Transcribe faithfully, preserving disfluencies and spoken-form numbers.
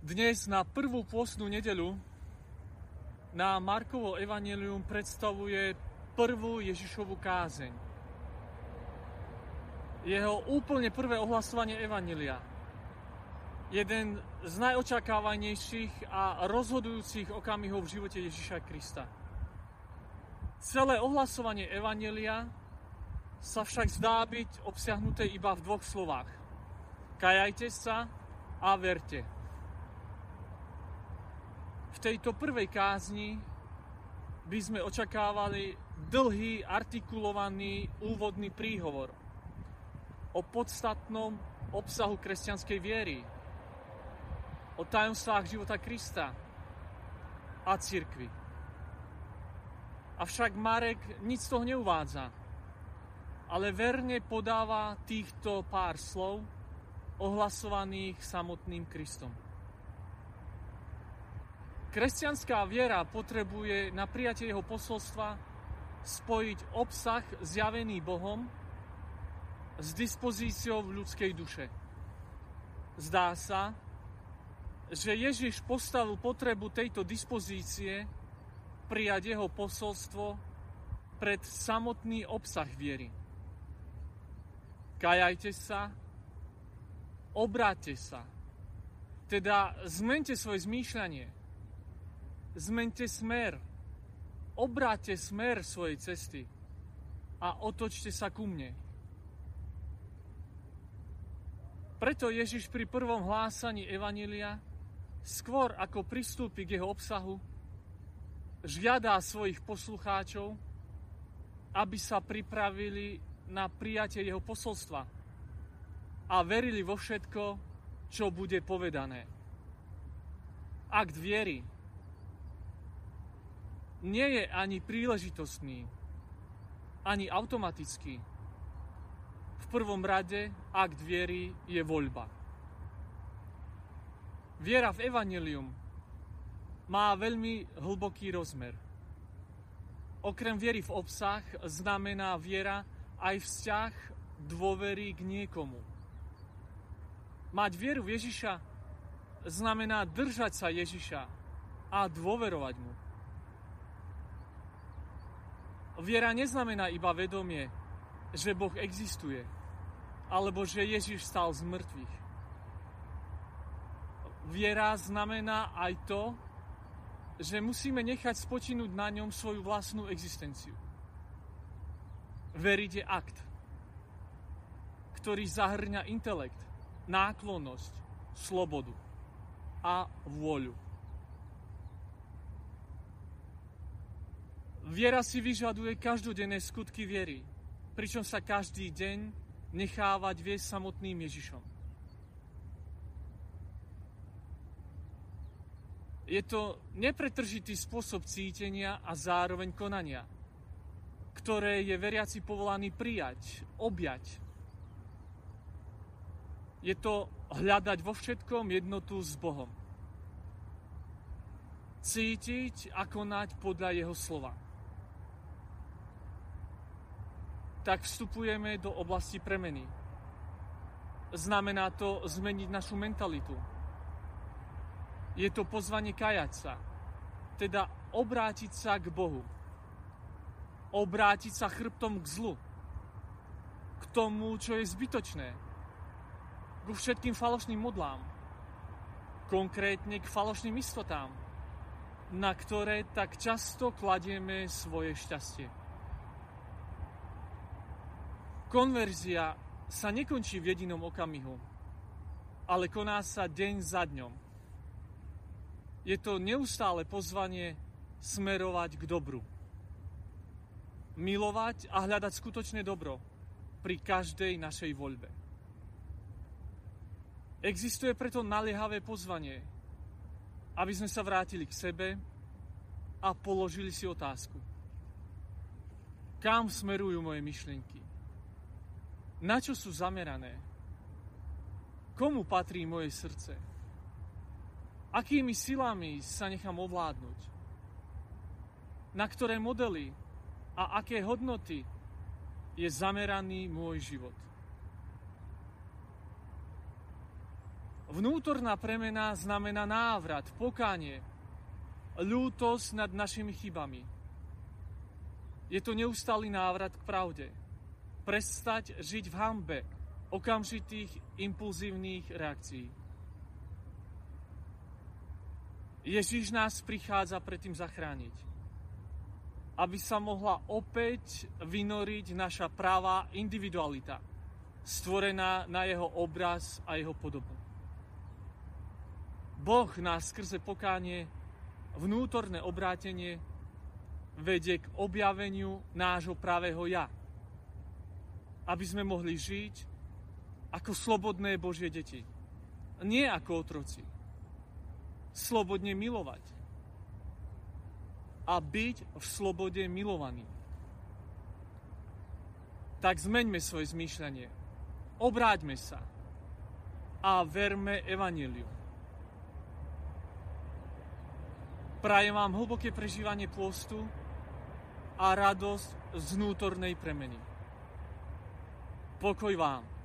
Dnes na prvú pôstnu nedeľu na Markovo evanjelium predstavuje prvú Ježišovu kázeň. Jeho úplne prvé ohlasovanie evanjelia. Jeden z najočakávanejších a rozhodujúcich okamihov v živote Ježiša Krista. Celé ohlasovanie evanjelia sa však zdá byť obsiahnuté iba v dvoch slovách. Kajajte sa a verte. V tejto prvej kázni by sme očakávali dlhý, artikulovaný, úvodný príhovor o podstatnom obsahu kresťanskej viery, o tajomstvách života Krista a cirkvi. Avšak Marek nic z toho neuvádza, ale verne podáva týchto pár slov ohlasovaných samotným Kristom. Kresťanská viera potrebuje na prijatie jeho posolstva spojiť obsah zjavený Bohom s dispozíciou ľudskej duše. Zdá sa, že Ježiš postavil potrebu tejto dispozície prijať jeho posolstvo pred samotný obsah viery. Kajajte sa, obráťte sa, teda zmente svoje zmýšľanie, zmente smer, obráťte smer svojej cesty a otočte sa ku mne. Preto Ježiš pri prvom hlásaní evanjelia, skôr ako pristúpi k jeho obsahu, žiadá svojich poslucháčov, aby sa pripravili na prijatie jeho posolstva a verili vo všetko, čo bude povedané. Akt viery nie je ani príležitostný, ani automatický. V prvom rade akt viery je voľba. Viera v evanjelium má veľmi hlboký rozmer. Okrem viery v obsah znamená viera aj vzťah dôvery k niekomu. Mať vieru v Ježiša znamená držať sa Ježiša a dôverovať mu. Viera neznamená iba vedomie, že Boh existuje, alebo že Ježiš stal z mŕtvych. Viera znamená aj to, že musíme nechať spočinúť na ňom svoju vlastnú existenciu. Veriť je akt, ktorý zahrňa intelekt, náklonnosť, slobodu a vôľu. Viera si vyžaduje každodenné skutky viery, pričom sa každý deň nechávať viesť samotným Ježišom. Je to nepretržitý spôsob cítenia a zároveň konania, ktoré je veriaci povolaný prijať, objať. Je to hľadať vo všetkom jednotu s Bohom. Cítiť a konať podľa jeho slova. Tak vstupujeme do oblasti premeny. Znamená to zmeniť našu mentalitu. Je to pozvanie kajať sa, teda obrátiť sa k Bohu. Obrátiť sa chrbtom k zlu, k tomu, čo je zbytočné, ku všetkým falošným modlám, konkrétne k falošným istotám, na ktoré tak často kladieme svoje šťastie. Konverzia sa nekončí v jedinom okamihu, ale koná sa deň za dňom. Je to neustále pozvanie smerovať k dobru. Milovať a hľadať skutočné dobro pri každej našej voľbe. Existuje preto naliehavé pozvanie, aby sme sa vrátili k sebe a položili si otázku. Kam smerujú moje myšlienky? Na čo sú zamerané? Komu patrí moje srdce? Akými silami sa nechám ovládnuť? Na ktoré modely a aké hodnoty je zameraný môj život? Vnútorná premena znamená návrat, pokánie, ľútosť nad našimi chybami. Je to neustály návrat k pravde. Prestať žiť v hanbe okamžitých impulzívnych reakcií. Ježiš nás prichádza predtým zachrániť, aby sa mohla opäť vynoriť naša pravá individualita, stvorená na jeho obraz a jeho podobu. Boh nás skrze pokánie, vnútorné obrátenie vedie k objaveniu nášho pravého ja, aby sme mohli žiť ako slobodné Božie deti, nie ako otroci. Slobodne milovať a byť v slobode milovaný. Tak zmeňme svoje zmýšľanie, obráťme sa a verme evanjeliu. Prajem vám hlboké prežívanie pôstu a radosť z vnútornej premeny. Pokoj vám.